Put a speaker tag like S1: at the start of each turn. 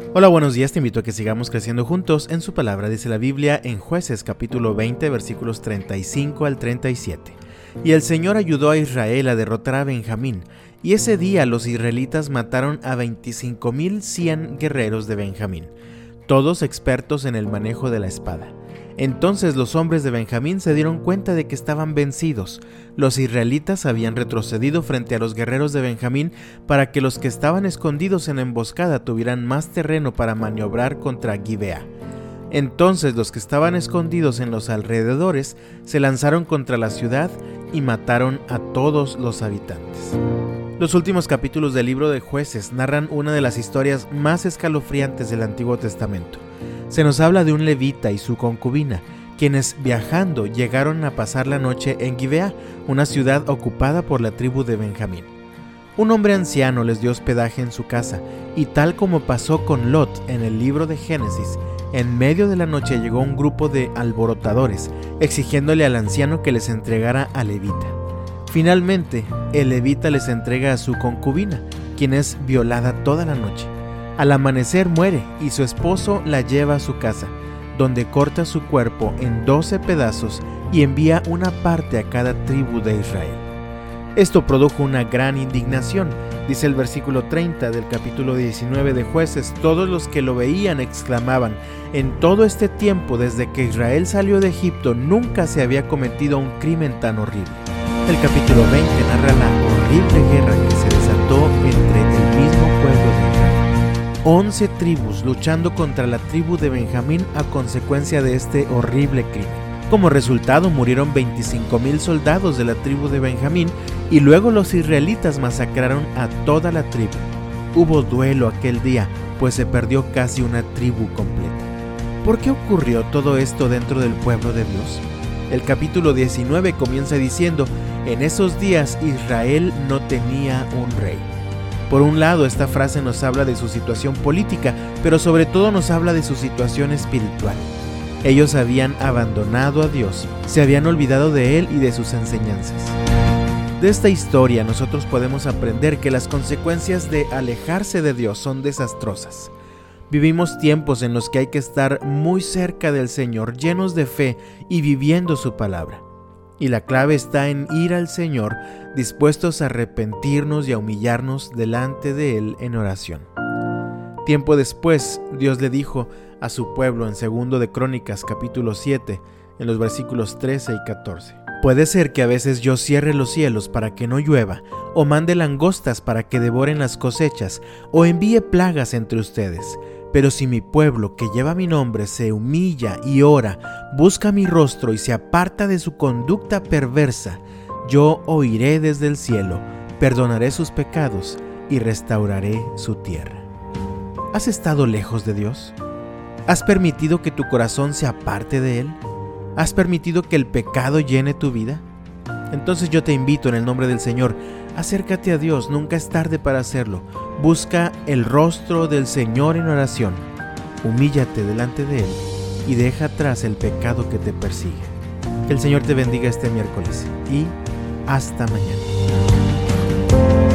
S1: Hola, buenos días, te invito a que sigamos creciendo juntos en su palabra. Dice la Biblia en Jueces capítulo 20 versículos 35 al 37. Y el Señor ayudó a Israel a derrotar a Benjamín, y ese día los israelitas mataron a 25,100 guerreros de Benjamín, todos expertos en el manejo de la espada. Entonces los hombres de Benjamín se dieron cuenta de que estaban vencidos. Los israelitas habían retrocedido frente a los guerreros de Benjamín para que los que estaban escondidos en emboscada tuvieran más terreno para maniobrar contra Gibea. Entonces los que estaban escondidos en los alrededores se lanzaron contra la ciudad y mataron a todos los habitantes. Los últimos capítulos del libro de Jueces narran una de las historias más escalofriantes del Antiguo Testamento. Se nos habla de un levita y su concubina, quienes viajando llegaron a pasar la noche en Gibea, una ciudad ocupada por la tribu de Benjamín. Un hombre anciano les dio hospedaje en su casa, y tal como pasó con Lot en el libro de Génesis, en medio de la noche llegó un grupo de alborotadores, exigiéndole al anciano que les entregara al levita. Finalmente, el levita les entrega a su concubina, quien es violada toda la noche. Al amanecer muere y su esposo la lleva a su casa, donde corta su cuerpo en 12 pedazos y envía una parte a cada tribu de Israel. Esto produjo una gran indignación. Dice el versículo 30 del capítulo 19 de Jueces: todos los que lo veían exclamaban: en todo este tiempo desde que Israel salió de Egipto nunca se había cometido un crimen tan horrible. El capítulo 20 narra la horrible guerra que se desató entre el mismo pueblo de Israel. 11 tribus luchando contra la tribu de Benjamín a consecuencia de este horrible crimen. Como resultado murieron 25,000 soldados de la tribu de Benjamín y luego los israelitas masacraron a toda la tribu. Hubo duelo aquel día, pues se perdió casi una tribu completa. ¿Por qué ocurrió todo esto dentro del pueblo de Dios? El capítulo 19 comienza diciendo: en esos días Israel no tenía un rey. Por un lado, esta frase nos habla de su situación política, pero sobre todo nos habla de su situación espiritual. Ellos habían abandonado a Dios, se habían olvidado de Él y de sus enseñanzas. De esta historia nosotros podemos aprender que las consecuencias de alejarse de Dios son desastrosas. Vivimos tiempos en los que hay que estar muy cerca del Señor, llenos de fe y viviendo su palabra. Y la clave está en ir al Señor, dispuestos a arrepentirnos y a humillarnos delante de Él en oración. Tiempo después, Dios le dijo a su pueblo en 2 de Crónicas capítulo 7, en los versículos 13 y 14. Puede ser que a veces yo cierre los cielos para que no llueva, o mande langostas para que devoren las cosechas, o envíe plagas entre ustedes. Pero si mi pueblo, que lleva mi nombre, se humilla y ora, busca mi rostro y se aparta de su conducta perversa, yo oiré desde el cielo, perdonaré sus pecados y restauraré su tierra. ¿Has estado lejos de Dios? ¿Has permitido que tu corazón se aparte de Él? ¿Has permitido que el pecado llene tu vida? Entonces yo te invito en el nombre del Señor: acércate a Dios, nunca es tarde para hacerlo. Busca el rostro del Señor en oración, humíllate delante de Él y deja atrás el pecado que te persigue. Que el Señor te bendiga este miércoles y hasta mañana.